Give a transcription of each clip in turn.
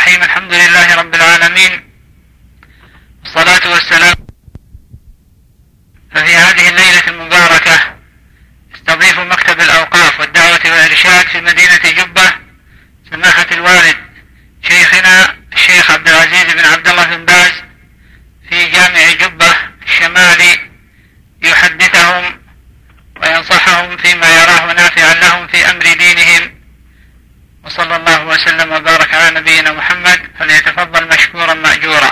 الرحيم. الحمد لله رب العالمين، والصلاة والسلام. ففي هذه الليلة المباركة استضيف مكتب الأوقاف والدعوة والإرشاد في مدينة جبة سماحة الوالد شيخنا الشيخ عبد العزيز بن عبد الله بن باز في جامع جبة الشمالي، يحدثهم وينصحهم فيما يراه نافعا لهم في أمر دينهم. وصلى الله وسلم وبارك على نبينا محمد، فليتفضل مشكورا مأجورا.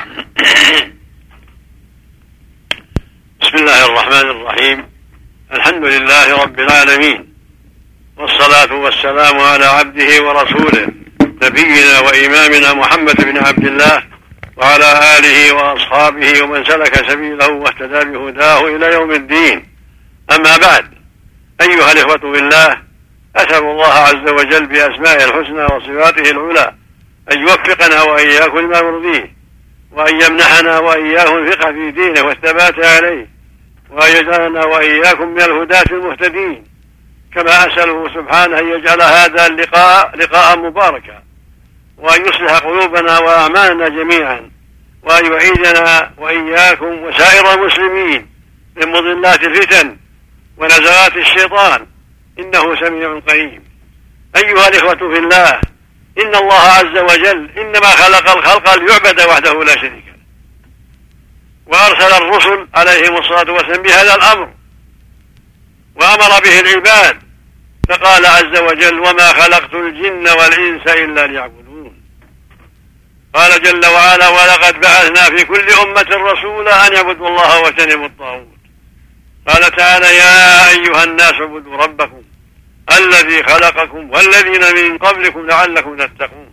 بسم الله الرحمن الرحيم. الحمد لله رب العالمين، والصلاة والسلام على عبده ورسوله نبينا وإمامنا محمد بن عبد الله وعلى آله وأصحابه ومن سلك سبيله واهتدى بهداه إلى يوم الدين. أما بعد، أيها الإخوة بالله، أسأل الله عز وجل بأسمائه الحسنى وصفاته العلى أن يوفقنا وإياكم لما يرضيه، وأن يمنحنا وإياكم الفقه في دينه والثبات عليه، وأن يجعلنا وإياكم من الهداة المهتدين. كما أسأله سبحانه أن يجعل هذا اللقاء لقاء مباركا، وأن يصلح قلوبنا وأعمالنا جميعا، وأن يعيدنا وإياكم وسائر المسلمين من مضلات الفتن ونزغات الشيطان، إنه سميع قريب. أيها الإخوة في الله، إن الله عز وجل إنما خلق الخلق ليعبد وحده لا شريك له، وأرسل الرسل عليهم الصلاة والسلام بهذا الأمر، وأمر به العباد، فقال عز وجل: وما خلقت الجن والإنس إلا ليعبدون. قال جل وعلا: ولقد بعثنا في كل أمة رسولا أن يعبدوا الله واجتنبوا الطاغوت. قال تعالى: يا أيها الناس اعبدوا ربكم الذي خلقكم والذين من قبلكم لعلكم تتقون.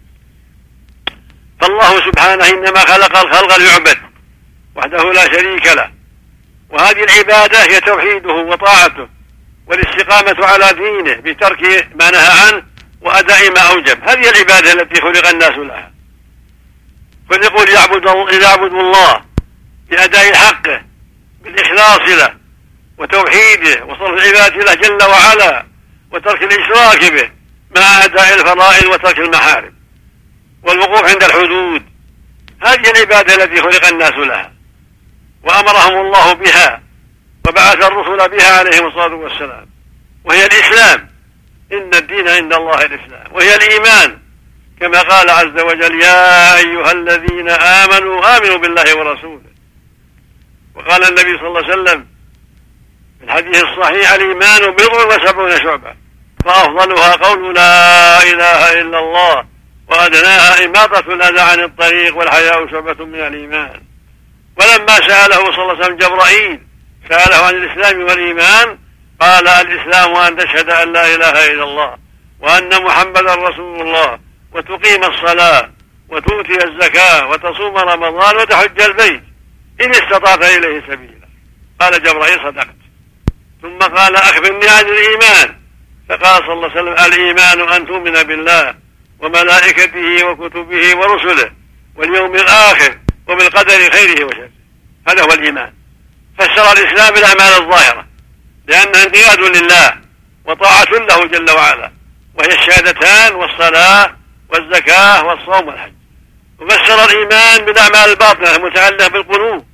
فالله سبحانه إنما خلق الخلق ليعبد وحده لا شريك له، وهذه العبادة هي توحيده وطاعته والاستقامة على دينه بترك ما نهى عنه وأداء ما أوجب. هذه العبادة التي خلق الناس لها، فليقول يعبدوا الله بأداء حقه بالإخلاص له وتوحيده وصرف العبادة له جل وعلا، وترك الإشراك به مع أداء الفرائض وترك المحارم والوقوف عند الحدود. هذه العبادة التي خلق الناس لها، وأمرهم الله بها وبعث الرسل بها عليهم الصلاة والسلام، وهي الإسلام. إن الدين عند الله الإسلام، وهي الإيمان، كما قال عز وجل: يا أيها الذين آمنوا بالله ورسوله. وقال النبي صلى الله عليه وسلم في الحديث الصحيح: الإيمان بضع وسبعون شعبة، فأفضلها قول لا إله إلا الله، وأدناها إماطة الأذى عن الطريق، والحياء شعبة من الإيمان. ولما سأله صلى الله عليه وسلم جبرائيل سأله عن الإسلام والإيمان، قال: الإسلام أن تشهد أن لا إله إلا الله وأن محمدا رسول الله، وتقيم الصلاة وتؤتي الزكاة وتصوم رمضان وتحج البيت إن استطعت إليه سبيلا. قال جبرائيل: صدقت. ثم قال: أخبرني عن الإيمان. فقال صلى الله عليه وسلم: الإيمان أن تؤمن بالله وملائكته وكتبه ورسله واليوم الآخر وبالقدر خيره وشره. هذا هو الإيمان. فسر الإسلام بالأعمال الظاهرة، لأنها انقياد لله وطاعة له جل وعلا، وهي الشهادتان والصلاة والزكاة والصوم والحج. وفسر الإيمان بالأعمال الباطنة المتعلقة بالقلوب،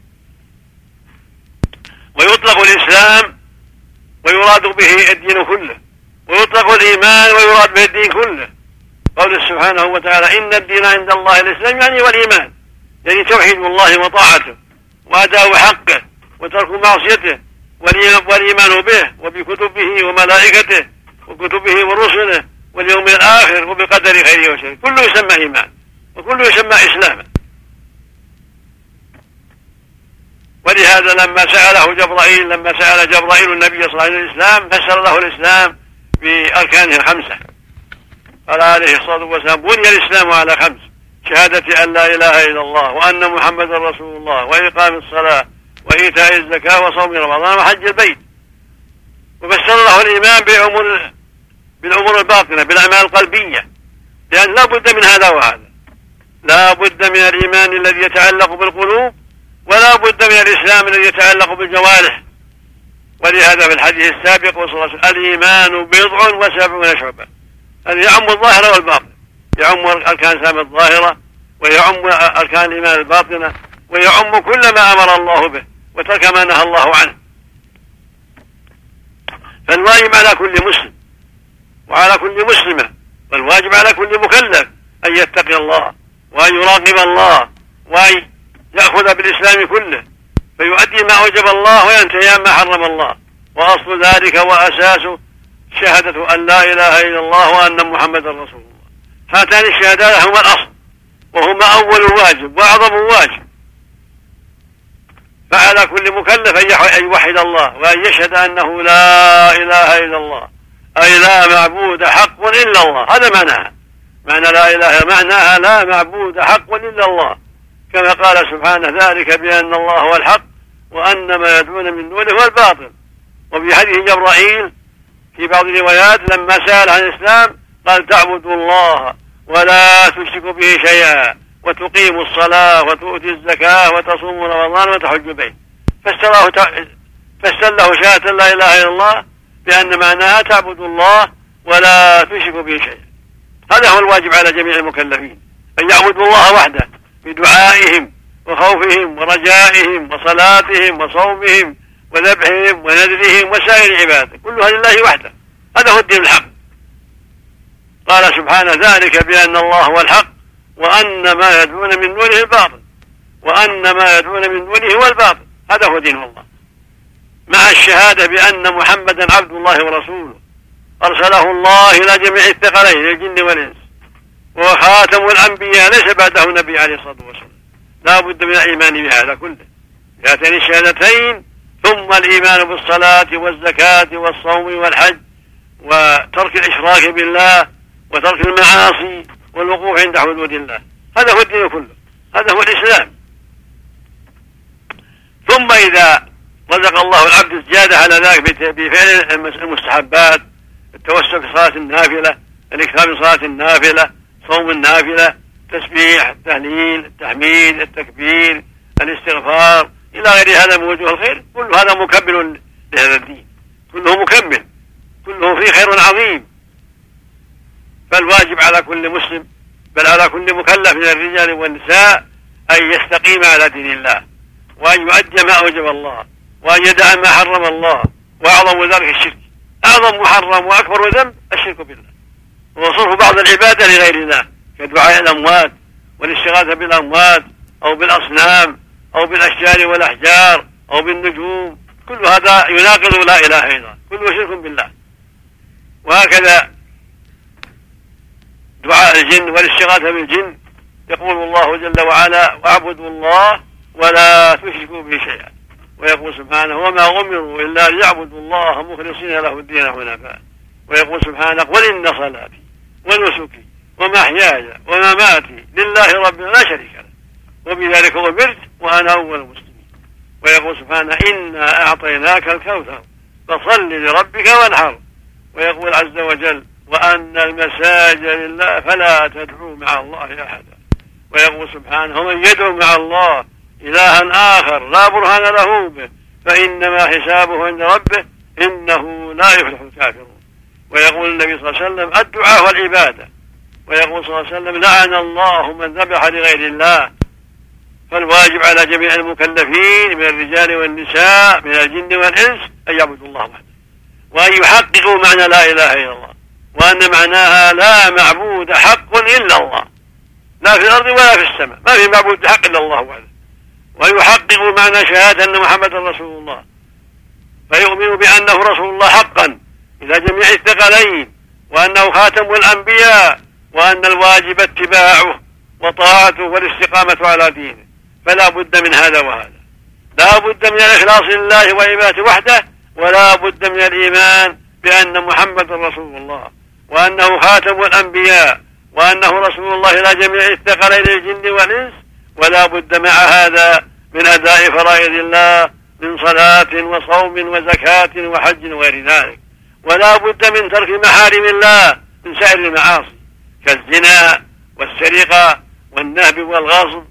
ويطلق الإسلام ويراد به الدين كله، ويطلق الإيمان ويراد به الدين كله. قول سبحانه وتعالى: إن الدين عند الله الإسلام، يعني والإيمان، يعني توحيد الله وطاعته وأداء حقه وترك معصيته، والإيمان به وبكتبه وملائكته وكتبه ورسله واليوم الآخر وبقدر خيره وشره. كله يسمى إيمان، وكله يسمى إسلاما. ولهذا لما سأل جبرائيل النبي صلى الله عليه وسلم الإسلام، فسر له الإسلام بأركانه الخمسة. قال عليه الصلاة والسلام: بني الإسلام على خمس: شهادة أن لا إله إلا الله وأن محمدا رسول الله، وإقام الصلاة، وإيتاء الزكاة، وصوم رمضان، وحج البيت. وفسر له الإيمان بالأمور الباطنة بالأعمال القلبية، لأن لا بد من هذا وهذا. لا بد من الإيمان الذي يتعلق بالقلوب، ولا بد من الإسلام الذي يتعلق بالجوارح. ولهذا في الحديث السابق: الإيمان بضع وسبعون شعبة، هذا يعم الظاهر والباطن، يعم أركان الإسلام الظاهرة، ويعم أركان الإيمان الباطنة، ويعم كل ما أمر الله به وترك ما نهى الله عنه. فالواجب على كل مسلم وعلى كل مسلمة، والواجب على كل مكلف أن يتقي الله وأن يراقب الله وأن يأخذ بالإسلام كله فيؤدي ما أوجب الله وينتهي عما حرم الله. وأصل ذلك وأساسه شهادة أن لا إله إلا الله وأن محمدا رسول الله. هاتان الشهادات هما الأصل وهما أول واجب وأعظم واجب. فعلى كل مكلف أن يوحد الله وأن يشهد أنه لا إله إلا الله، أي لا معبود حق إلا الله. هذا معنى لا إله، معناها لا معبود حق إلا الله، كما قال سبحانه ذلك بأن الله هو الحق وأن ما يدعون من دونه هو الباطل. وفي حديث جبرائيل في بعض الروايات لما سأل عن الإسلام قال تعبدوا الله ولا تشركوا به شيئا وتقيموا الصلاة وتؤتي الزكاة وتصوموا رمضان وتحجوا البيت، فاستله شهادة لا إله إلا الله بأن معناها تعبدوا الله ولا تشركوا به شيئا. هذا هو الواجب على جميع المكلفين، أن يعبدوا الله وحده بدعائهم وخوفهم ورجائهم وصلاتهم وصومهم وذبحهم ونذرهم وسائر العبادة كلها لله وحده. هذا هو الدين الحق. قال سبحانه ذلك بأن الله هو الحق وأن ما يدعون من دونه الباطل، وأن ما يدعون من دونه هو الباطل. هذا هو دين الله، مع الشهادة بأن محمدا عبد الله ورسوله أرسله الله إلى جميع الثقلين الجن والإنس، وهو خاتم الأنبياء ليس بعده نبي عليه الصلاة والسلام. لا بد من الإيمان بهذا كله، بهاتين الشهادتين، ثم الإيمان بالصلاة والزكاة والصوم والحج وترك الإشراك بالله وترك المعاصي والوقوف عند حدود الله. هذا هو الدين كله، هذا هو الإسلام. ثم إذا رزق الله العبد الزيادة على ذلك بفعل المستحبات، التوسل في صلاة النافلة، الاكثار من صلاة النافلة، صوم النافلة، تسبيح، التهليل، التحميد، التكبير، الاستغفار، إلى غير هذا من وجوه الخير، كل هذا مكمل لهذا الدين، كله مكمل، كله فيه خير عظيم. فالواجب على كل مسلم بل على كل مكلف من الرجال والنساء أن يستقيم على دين الله وأن يؤدي ما أوجب الله وأن يدع ما حرم الله. وأعظم ذلك الشرك، أعظم محرم وأكبر ذنب الشرك بالله وصرف بعض العبادة لغير الله كدعاء الأموات والاستغاثة بالأموات أو بالأصنام أو بالأشجار والأحجار أو بالنجوم، كل هذا يناقض لا إله إلا الله، كله شرك بالله. وهكذا دعاء الجن والاستغاثة بالجن، يقول الله جل وعلا واعبدوا الله ولا تشركوا به شيئا، ويقول سبحانه وما أمروا إلا ليعبدوا الله مخلصين له الدين حنفاء، ويقول سبحانه قل إن صلاتي ونسكي ومحياي ومماتي لله رب لا شريك له وبذلك أمرت وأنا أول المسلمين. ويقول سبحانه إنا أعطيناك الكوثر فصل لربك وانحر. ويقول عز وجل وأن المساجد لله فلا تدعوا مع الله أحدا. ويقول سبحانه ومن يدعو مع الله إلها آخر لا برهان له به فإنما حسابه عند ربه إنه لا يفلح الكافرون. ويقول النبي صلى الله عليه وسلم الدعاء والعبادة. ويقول صلى الله عليه وسلم لعن الله من ذبح لغير الله. فالواجب على جميع المكلفين من الرجال والنساء من الجن والإنس أن يعبدوا الله وحده وأن يحققوا معنى لا إله إلا الله، وأن معناها لا معبود حق إلا الله، لا في الأرض ولا في السماء، ما في معبود حق إلا الله وحده. ويحققوا معنى شهادة أن محمد رسول الله، فيؤمنوا بأنه رسول الله حقا إلى جميع الثقلين، وأنه خاتم الأنبياء، وأن الواجب اتباعه وطاعته والاستقامة على دينه. فلا بد من هذا وهذا، لا بد من الإخلاص لله وعبادته وحده، ولا بد من الإيمان بأن محمد رسول الله وأنه خاتم الأنبياء وأنه رسول الله إلى جميع الثقلين الجن والإنس. ولا بد مع هذا من أداء فرائض الله من صلاة وصوم وزكاة وحج وغير ذلك. ولا بد من ترك محارم الله من سائر المعاصي كالزنا والسرقة والنهب والغصب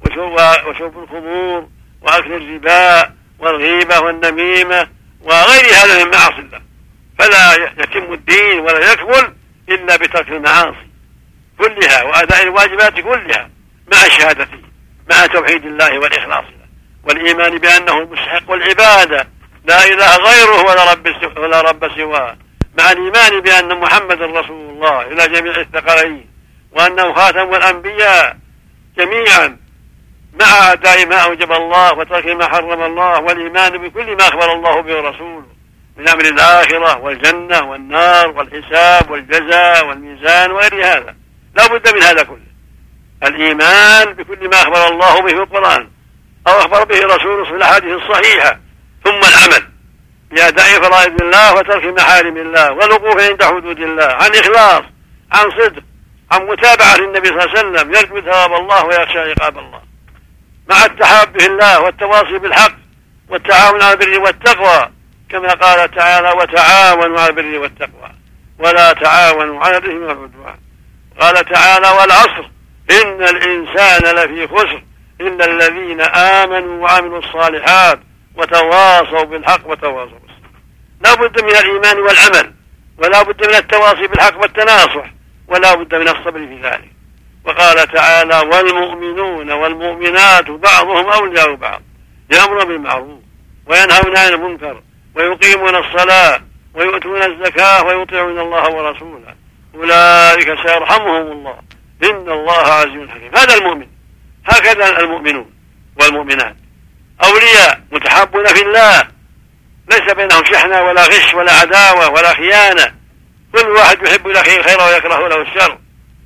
وشرب الخمور وأكل الربا والغيبة والنميمة وغير هذا من معاصي الله. فلا يتم الدين ولا يكمل إلا بترك المعاصي. كلها وأداء الواجبات كلها مع الشهادة مع توحيد الله والإخلاص له والإيمان بأنه المستحق العبادة لا إله غيره ولا رب سواه، مع الإيمان بأن محمد رسول الله إلى جميع الثقلين وأنه خاتم الأنبياء جميعا، مع أداء ما أوجب الله وترك ما حرم الله، والإيمان بكل ما أخبر الله به ورسوله من أمر الآخرة والجنة والنار والحساب والجزاء والميزان وغير هذا. لا بد من هذا كله، الإيمان بكل ما أخبر الله به في القرآن أو أخبر به رسوله في الأحاديث الصحيحة، ثم العمل بأداء فرائض الله وترك محارم الله والوقوف عند حدود الله، عن إخلاص، عن صدق، عن متابعة للنبي صلى الله عليه وسلم، يرجو ثواب الله ويخشى عقاب الله، مع التحاب في الله والتواصي بالحق والتعاون على البر والتقوى، كما قال تعالى: وتعاونوا على البر والتقوى ولا تعاونوا على الإثم والعدوان. قال تعالى: والعصر إن الإنسان لفي خسر إلا الذين آمنوا وعملوا الصالحات وتواصوا بالحق وتواصوا بالصبر. لا بد من الإيمان والعمل، ولا بد من التواصي بالحق والتناصح، ولا بد من الصبر في ذلك. وقال تعالى: والمؤمنون والمؤمنات بعضهم أولياء بعض يأمرون بالمعروف وينهون عن المنكر ويقيمون الصلاة ويؤتون الزكاة ويطيعون الله ورسوله أولئك سيرحمهم الله إن الله عزيز حكيم. هذا المؤمن. هكذا المؤمنون والمؤمنات أولياء متحابون في الله، ليس بينهم شحنة ولا غش ولا عداوة ولا خيانة، كل واحد يحب لأخيه الخير ويكره له الشر.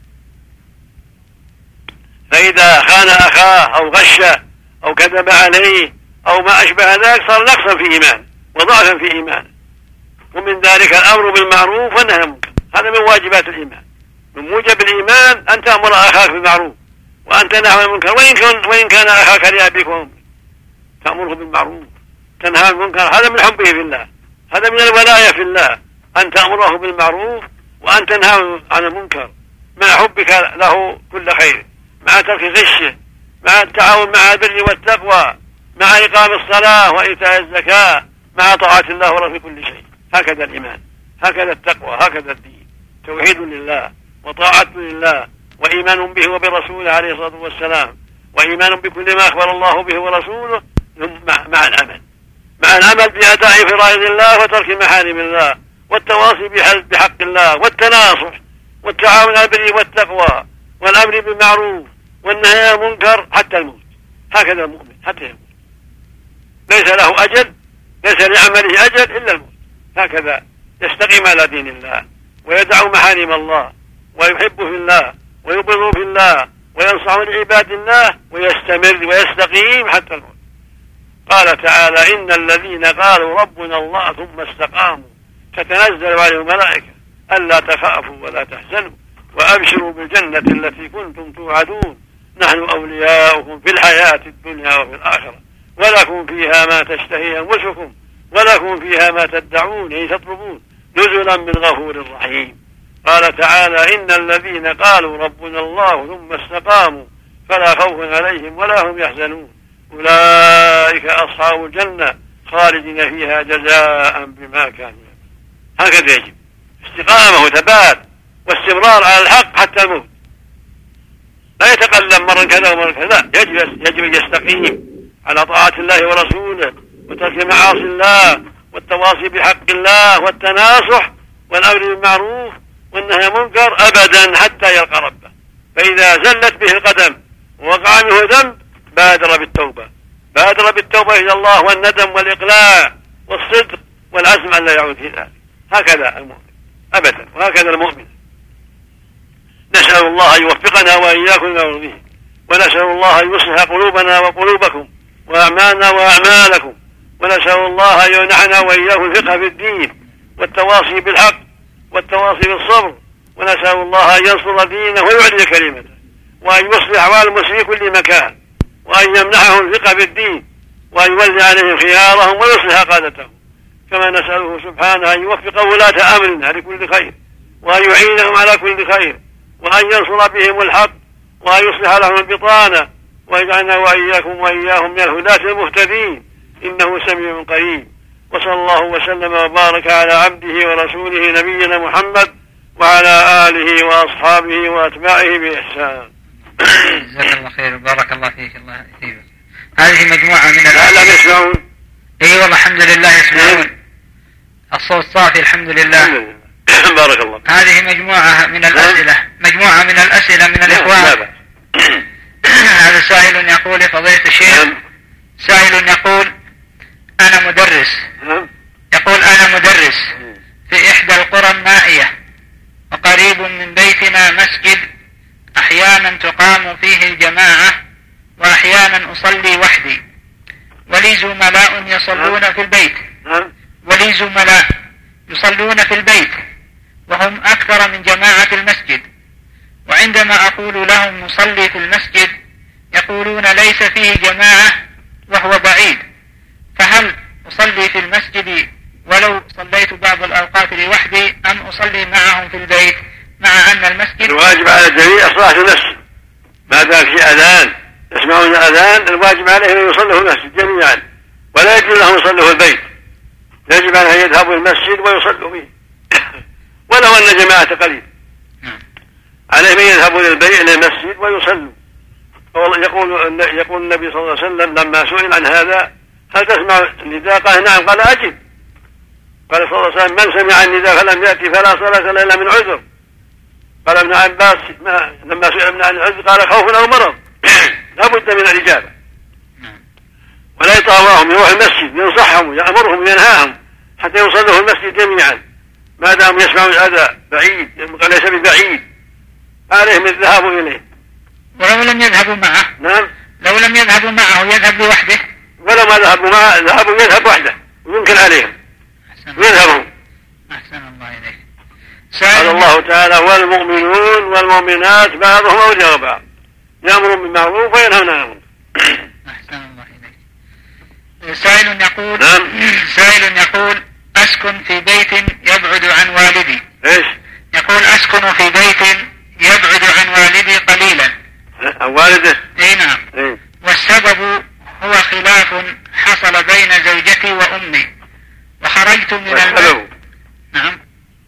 فإذا خان أخاه أو غش أو كذب عليه أو ما أشبه ذلك صار نقصا في إيمان وضعفا في إيمان. ومن ذلك الأمر بالمعروف والنهي عن المنكر، هذا من واجبات الإيمان. من موجب الإيمان أن تأمر أخاك بالمعروف وأن تنهى عن المنكر، وإن كان أخاك لأبيك وأمك، تأمره بالمعروف تنهى عن المنكر، هذا من حبه في الله، هذا من الولاية في الله، أن تأمره بالمعروف وأن تنهى عن المنكر مع حبك له كل خير، مع ترك غشه، مع التعاون مع البر والتقوى، مع إقام الصلاة وإيتاء الزكاة، مع طاعة الله ورسوله في كل شيء. هكذا الإيمان، هكذا التقوى، هكذا الدين، توحيد لله وطاعة لله وإيمان به وبرسوله عليه الصلاة والسلام، وإيمان بكل ما أخبر الله به ورسوله، مع العمل بأداء فرائض الله وترك محارم الله والتواصي بحق الله والتناصح والتعاون على البر والتقوى والأمر بالمعروف والنهي عن المنكر حتى الموت. هكذا المؤمن حتى يموت، ليس له أجل، ليس لعمله أجل إلا الموت. هكذا يستقيم على دين الله ويدع محارم الله ويحب في الله ويبغض في الله وينصح لعباد الله ويستمر ويستقيم حتى الموت. قال تعالى: إن الذين قالوا ربنا الله ثم استقاموا تتنزل عليهم الملائكة ألا تخافوا ولا تحزنوا وأبشروا بالجنة التي كنتم توعدون نحن أولياؤكم في الحياة الدنيا وفي الآخرة ولكم فيها ما تشتهي أنفسكم ولكم فيها ما تدعون أي تطلبون نزلا من غفور رحيم. قال تعالى: إن الذين قالوا ربنا الله ثم استقاموا فلا خوف عليهم ولا هم يحزنون أولئك أصحاب الجنة خالدين فيها جزاء بما كانوا. هكذا يجب استقامة وثبات واستمرار على الحق حتى الموت، لا يتقلب مرة كذا ومرة كذا، يجب أن يستقيم على طاعة الله ورسوله وترك معاصي الله والتواصي بحق الله والتناصح والأمر بالمعروف والنهي عن المنكر أبدا حتى يلقى ربه. فإذا زلت به القدم ووقع منه ذنب بادر بالتوبة إلى الله والندم والإقلاع والصدق والعزم أن لا يعود في ذلك. هكذا المؤمن أبدا، وهكذا المؤمن. نسأل الله أن يوفقنا وإياكم لما يرضيه، ونسأل الله أن يصلح قلوبنا وقلوبكم وأعمالنا وأعمالكم، ونسأل الله أن يمنحنا وإياكم الفقه في الدين والتواصي بالحق والتواصي بالصبر، ونسأل الله أن ينصر دينه ويعلي كلمته، وأن يصلح أحوال المسلمين كل مكان، وأن يمنحهم الفقه في الدين، وأن يولي عليهم خيارهم ويصلح قادتهم. كما نسأله سبحانه أن يوفق ولاة أمرنا لكل خير، وأن يعينهم على كل خير، وأن ينصر بهم الحق، وأن يصلح لهم البطانة، ويجعلنا وإياكم وإياهم من الهداة المهتدين إنه سميع قريب. وصلى الله وسلم وبارك على عبده ورسوله نبينا محمد وعلى آله وأصحابه وأتباعه بإحسان. جزاك الله خير وبارك الله فيك. الله يثيبك. هذه مجموعة من لعلهم يسمعون. اي والله الحمد لله يسمعون. الصوت صافي الحمد لله. بارك الله. هذه مجموعة من الأسئلة من الإخوان. هذا سائل يقول فضيلة الشيخ، سائل يقول أنا مدرس في إحدى القرى النائية، وقريب من بيتنا مسجد أحيانا تقام فيه الجماعة وأحيانا أصلي وحدي، ولي زملاء يصلون في البيت وهم أكثر من جماعة المسجد، وعندما أقول لهم نصلي في المسجد يقولون ليس فيه جماعة وهو بعيد، فهل أصلي في المسجد ولو صليت بعض الأوقات لوحدي أم أصلي معهم في البيت مع أن المسجد؟ الواجب على الجميع صلاة المسجد، ما دام في أذان يسمعون الأذان الواجب عليهم أن يصلوا في المسجد جميعا، ولا يجوز لهم يصلوا في البيت، يجب أن يذهبوا المسجد ويصلوا فيه ولو أن جماعة قليل، عليهم أن يذهبوا للمسجد ويصلوا. يقول النبي صلى الله عليه وسلم لما سئل عن هذا هل تسمع النداء؟ قال نعم، قال أجب. قال صلى الله عليه وسلم من سمع النداء فلم يأتي فلا صلاة له إلا من عذر. قال ابن عباس لما سئل عن العذر قال خوف أو مرض. لا بد من الإجابة، ولا يطاوعهم، يروح المسجد ينصحهم ويأمرهم وينهاهم حتى يصلوا في المسجد جميعا، ما دام يسمعوا الأذى بعيد ليس ببعيد عليهم الذهاب إليه. ولو لم يذهبوا معه؟ نعم، لو لم يذهبوا معه يذهب لوحده، ولو ما ذهبوا معه يذهب وحده ويمكن عليهم ويذهبوا. أحسن الله إليك. قال الله تعالى والمؤمنون والمؤمنات بعضهم أولياء بعض يأمرون بالمعروف وينهون عن المنكر. أحسن الله إليك. سائل يقول أسكن في بيت يبعد عن والدي. إيش؟ يقول أسكن في بيت يبعد عن والدي قليلا. والده؟ اي نعم. والسبب هو خلاف حصل بين زوجتي وأمي، وخرجت من المنزل. نعم.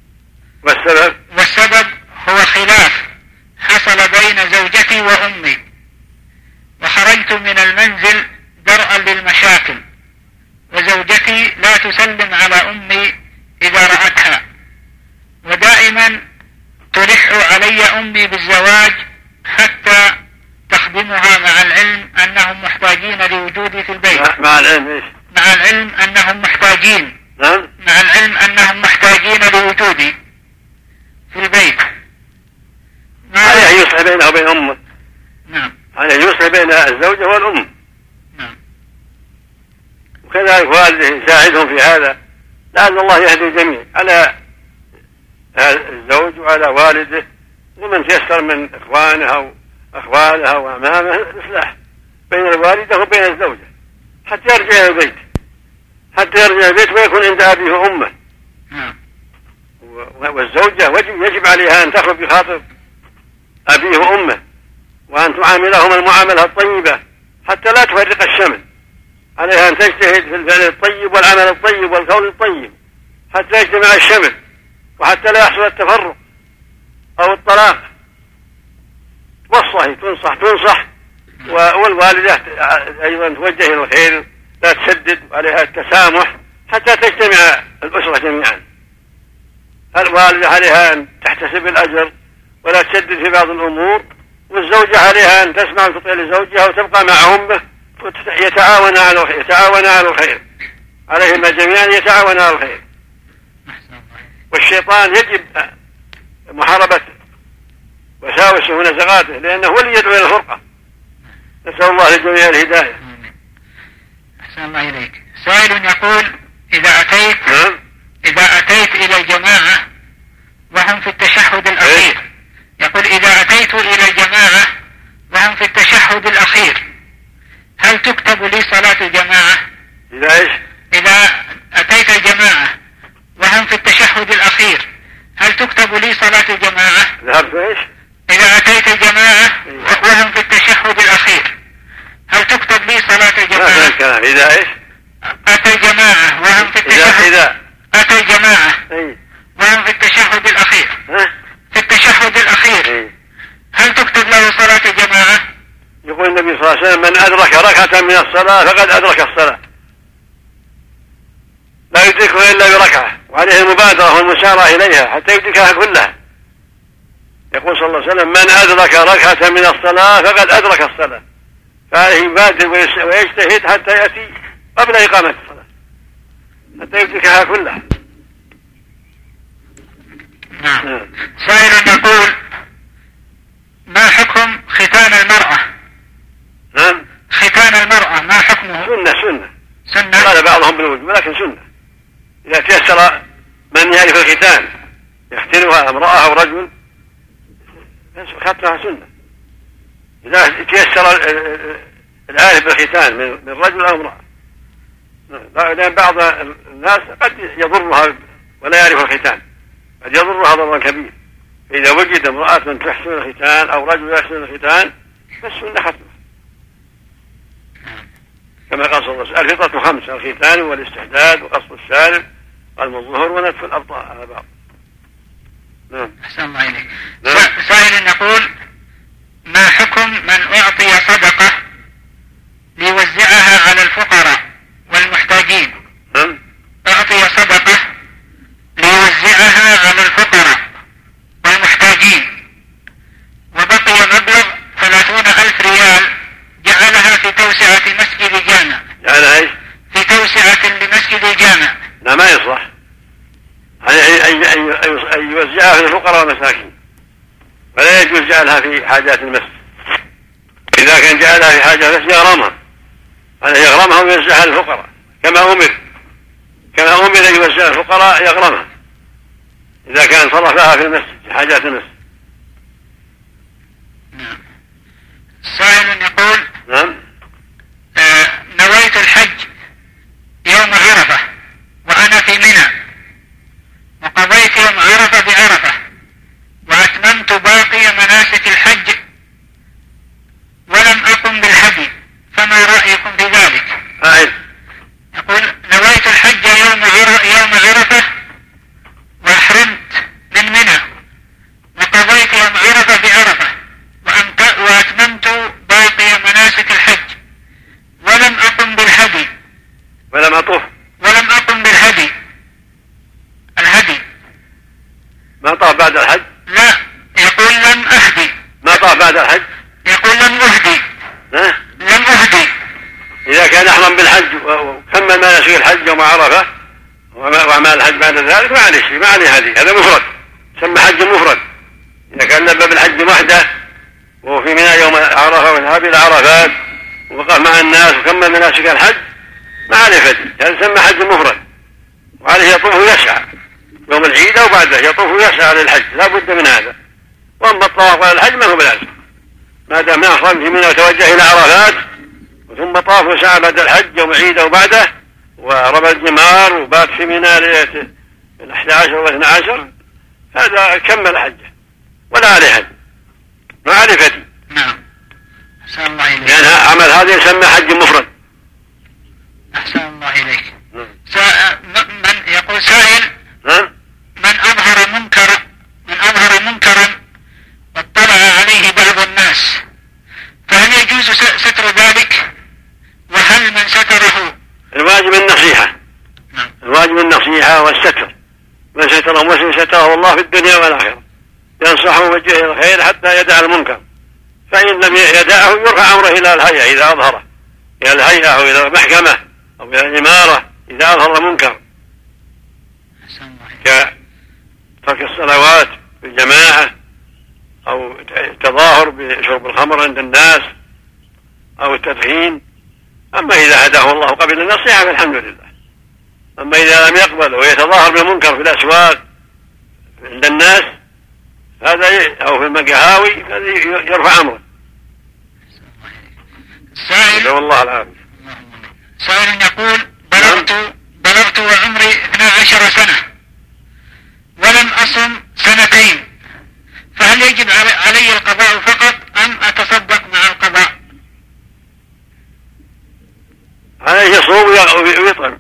والسبب هو خلاف حصل بين زوجتي وأمي، وخرجت من المنزل درءا للمشاكل، وزوجتي لا تسلم على أمي إذا رأتها، ودائما تلح علي أمي بالزواج حتى تخدمها مع العلم أنهم محتاجين لوجودي في البيت. مع العلم إيش؟ مع العلم أنهم محتاجين. نعم. مع العلم أنهم محتاجين لوجودي في البيت. عليه يصلح بينه وبين أمه. نعم. عليه يصلح بين الزوجة والأم. نعم. وكذلك والده يساعدهم في هذا، لعل الله يهدي الجميع على الزوج وعلى والده ومن تيسر من إخوانه أو أخوالها وأمامه الإصلاح بين الوالدة وبين الزوجة حتى يرجع البيت ويكون عند أبيه وأمه. والزوجة يجب عليها أن تخرج بخاطر أبيه وأمه، وأن تعاملهم المعاملة الطيبة حتى لا تفرق الشمل. عليها أن تجتهد في الفعل الطيب والعمل الطيب والقول الطيب حتى يجتمع الشمل، وحتى لا يحصل التفرق أو الطلاق. والصحي تنصح والوالدة أيضا توجه إلى الخير، لا تسدد، عليها التسامح حتى تجتمع الأسرة جميعا. الوالدة عليها أن تحتسب الأجر ولا تسدد في بعض الأمور، والزوجة عليها أن تسمع وتطيع لزوجها وتبقى مع أمه يتعاون على الخير. عليهما جميعا يتعاون على الخير. والشيطان يجب محاربة وساوسه ونزغاته، لأنه هو اللي يدعو إلى الفرقة. نسأل الله للجميع الهداية. أحسن الله إليك. سائل يقول إذا أتيت إلى الجماعة وهم في التشهد الأخير، يقول إذا أتيت إلى الجماعة وهم في التشهد الأخير هل تكتب لي صلاة الجماعة؟ إذا أتيت الجماعة وهم في التشهد الأخير هل تكتب لي صلاة الجماعة؟ إذا أتيت الجماعة وهم في التشهد الأخير هل تكتب لي صلاة الجماعة؟ إذا أتى الجماعة وهم في التشهد أتى الجماعة وهم في التشهد الأخير التشهد الأخير هل تكتب له صلاة الجماعة؟ يقول النبي صلى الله عليه وسلم: من أدرك ركعة من الصلاة فقد أدرك الصلاة، لا يدركها إلا بركعة، وعليه المبادرة والمسارعة إليها حتى يدركها كلها. يقول صلى الله عليه وسلم: من أدرك ركعة من الصلاة فقد أدرك الصلاة، فعليه يبادر ويجتهد حتى يأتي قبل إقامة الصلاة حتى يدركها كلها. نعم. سائل يقول: ما حكم ختان المرأة؟ نعم. ختان المرأة ما حكمه؟ سنة قال بعضهم بالوجوب ولكن سنة. إذا تيسر من يعرف الختان يختنها امرأة أو رجل ختنها سنة. إذا تيسر العارف بالختان من رجل أو امرأة، لأن بعض الناس قد يضرها ولا يعرف الختان، قد يضرها ضررا كبير. فإذا وجد امرأة تحسن الختان أو رجل يحسن الختان فالسنة ختمه، كما قال صلى الله عليه وسلم: الفطرة 5: الختان والاستحداد وقص الشارب والظهور ونتف الأبطاء على بعض. نعم. أحسن الله إليك. سائل يقول: ما حكم من أعطي صدقة ليوزعها على الفقراء والمحتاجين؟ أعطي صدقة ليوزعها على الفقراء والمحتاجين وبقي مبلغ 30,000 ريال جعلها في توسعة مسجد جامع. في توسعة لمسجد الجامع. لا، ما يصلح. أن يوزعها في الفقراء والمساكين، ولا يجوز جعلها في حاجات المسجد. إذا كان جعلها في حاجات المسجد يغرمها، ويوزعها للفقراء كما أمر أن يوزعها الفقراء يغرمها إذا كان صرفها في المسجد في حاجات المسجد. نعم. سائل يقول: نعم. نويت الحج يوم عرفة وأنا في منى، وقضيت يوم عرفة بعرفة، وأتممت باقي مناسك الحج ولم أقم بالهدي، فما رأيكم في ذلك؟ يقول: نويت الحج يوم عرفة وأحرمت من منى، وقضيت يوم عرفة بعرفة، وأتممت باقي مناسك الحج ولم أقم بالهدي. ولم أقم بالهدي. الهدي ما طاف بعد الحج؟ لا، يقول لم أهدي. ما طاف بعد الحج؟ يقول لم أهدي. لم أهدي. إذا كان أحرم بالحج وكمل مناسك الحج يوم عرفة وأعمال الحج بعد ذلك ما عليه هدي، هذا مفرد، سمى حج مفرد. إذا كان لبى بالحج وحده وفي منى يوم عرفة وذهب إلى عرفات ووقف مع الناس وكمل مناسك الحج ما عليه هدي، هذا سمى حج مفرد، وعليه يطوف ويسعى يوم العيد أو بعده، يطوف ويسعى للحج، لا بد من هذا. وأما الطواف على الحج ما هو بلازم، ما دام أحرم في منى وتوجه إلى عرفات ثم طاف وسعى بعد الحج يوم العيد أو بعده ورمى الجمار وبات في منى ليلة 11 و 12، هذا كمل حجه ولا عليه هدي، ما عليه هدي. نعم. أحسن الله إليك. لأن عمل هذا يسمى حج مفرد. أحسن الله إليك. من يقول سائل: من أظهر منكرا واطلع عليه بعض الناس فهل يجوز ستر ذلك؟ وهل من ستره؟ الواجب النصيحة. الواجب النصيحة والستر. من ستره مسلم ستره الله في الدنيا والآخرة، ينصحه وجهه الخير حتى يدع المنكر، فإن لم يدعه يرفع أمره إلى الهيئة إذا أظهره، إلى الهيئة أو إلى المحكمة أو إلى الإمارة إذا أظهر منكر، كترك الصلوات بالجماعة أو التظاهر بشرب الخمر عند الناس أو التدخين. أما إذا هداه الله قبل النصيحة فالحمد لله. أما إذا لم يقبل ويتظاهر بالمنكر في الأسواق عند الناس هذا أو في المقهاوي هذا يرفع أمره. سائل والله العافية. سائل يقول: بلغت وعمري 12 سنة ولم أصم 2 سنين، فهل يجب علي القضاء فقط أم أتصدق مع القضاء؟ عليه يصوم ويطعم،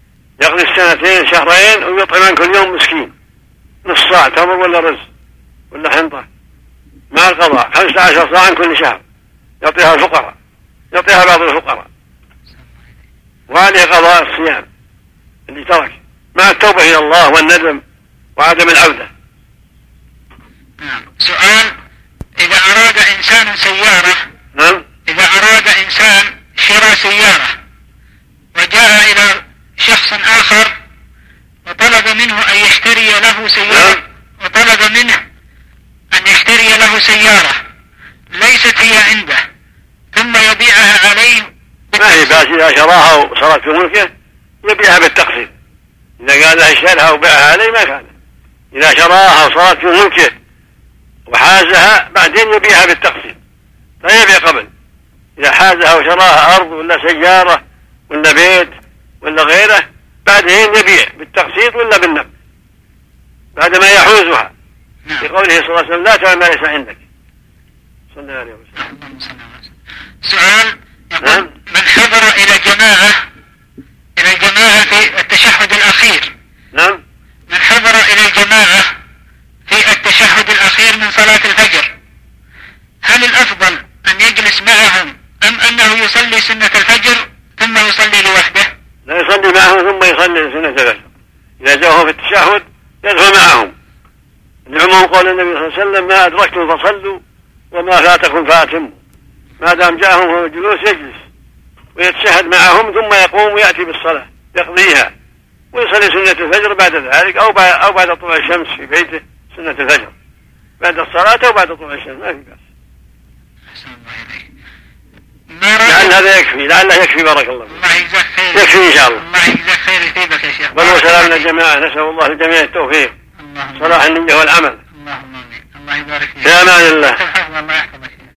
يقضي 2 2 شهرين ويطعم عن كل يوم مسكين نص صاع تمر ولا رز ولا حنطة مع القضاء 15 صاعا كل شهر يعطيها الفقراء، يعطيها بعض الفقراء، وعليه قضاء الصيام اللي ترك مع التوبة إلى الله والندم وعدم العودة. سؤال: إذا أراد إنسان سيارة، نعم، إذا أراد إنسان شراء سيارة وجاء إلى شخص آخر وطلب منه أن يشتري له سيارة، وطلب منه أن يشتري له سيارة ليست هي عنده ثم يبيعها عليه، ما هي بأس إذا شراها وصارت في ملكه يبيعها بالتقسيط. إذا قال له اشتريها وبيعها عليه ما كان. إذا شراها وصارت في ملكه وحازها بعدين يبيعها بالتقسيط، لا يبيع قبل. إذا حازها وشراها أرض ولا سيارة ولا بيت ولا غيره بعدين يبيع بالتقسيط ولا بالنقد بعدما يحوزها، في قوله صلى الله عليه وسلم: لا تبع ما ليس عندك. صلى الله عليه وسلم. سؤال: يقول: من حضر إلى الجماعة في التشهد الأخير، نعم، من حضر إلى الجماعة في التشهد الأخير من صلاة الفجر، هل الأفضل أن يجلس معهم أم أنه يصلي سنة الفجر ثم يصلي لوحده؟ لا، يصلي معهم ثم يصلي سنة الفجر. إذا جاءوا في التشهد يدخل معهم، لعموم قول النبي صلى الله عليه وسلم: ما أدركتم فصلوا وما فاتكم فأتموا. ما دام جاءهم هو الجلوس يجلس ويتشهد معهم ثم يقوم ويأتي بالصلاة يقضيها ويصلي سنة الفجر بعد ذلك أو بعد طلوع الشمس في بيته سنة الفجر بعد الصلاة أو بعد طلوع الشمس، ما في بأس. لعل هذا يكفي، لعله يكفي. بارك الله فيك. الله يجزاك خير. يكفي إن شاء الله. الله يجزاك خير يثيبك يا شيخ. وسلام للجماعة، نسأل الله للجميع التوفيق، صلاح النية والعمل. اللهم آمين. الله يبارك فيك. في أمان الله. الله يحفظك.